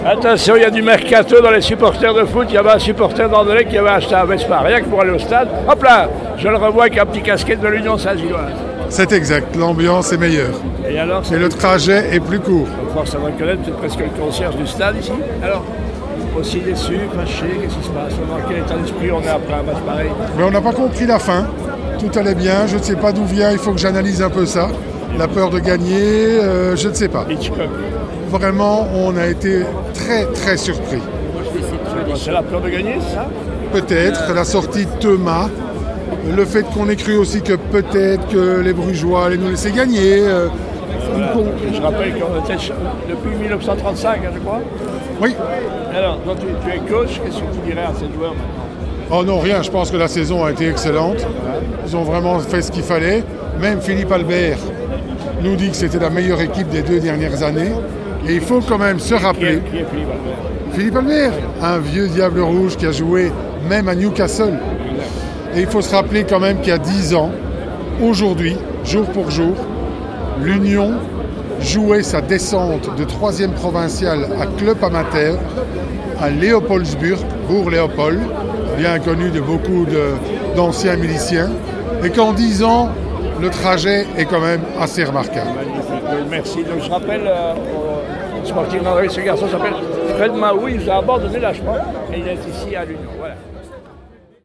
Attention, il y a du mercato dans les supporters de foot. Il y avait un supporter d'Anderlecht qui avait acheté un Vespa, rien que pour aller au stade. Hop là, je le revois avec un petit casquette de l'Union Saint-Gilloise. C'est exact, l'ambiance est meilleure. Et alors, Et le trajet est plus court. force à reconnaître, c'est presque le concierge du stade ici. Alors, aussi déçu, fâché, qu'est-ce qui se passe? Dans quel état d'esprit on est après un match pareil? Mais on n'a pas compris la fin. Tout allait bien, je ne sais pas d'où vient, il faut que j'analyse un peu ça. La peur de gagner, je ne sais pas. Hitchcock. Vraiment, on a été très très surpris. C'est la peur de gagner, c'est ça? Peut-être la sortie de Thomas, le fait qu'on ait cru aussi que peut-être que les Brugeois allaient nous laisser gagner. Voilà. Je rappelle qu'on était depuis 1935, je crois. Oui. Alors, donc tu es coach, qu'est-ce que tu dirais à ces joueurs maintenant? Oh non, rien, je pense que la saison a été excellente. Ils ont vraiment fait ce qu'il fallait. Même Philippe Albert nous dit que c'était la meilleure équipe des 2 dernières années. Et il faut quand même se rappeler... Qui est Philippe Albert? Philippe Albert, un vieux diable rouge qui a joué même à Newcastle. Et il faut se rappeler quand même qu'il y a 10 ans, aujourd'hui, jour pour jour, l'Union jouait sa descente de 3e provinciale à club amateur à Léopoldsburg, Bourg-Léopold, bien connu de beaucoup d'anciens miliciens. Et qu'en 10 ans, le trajet est quand même assez remarquable. Magnifique, merci. Donc je rappelle au sportif d'André, ce garçon s'appelle Fred Mahoui, il a abandonné l'âge et il est ici à l'Union. Voilà.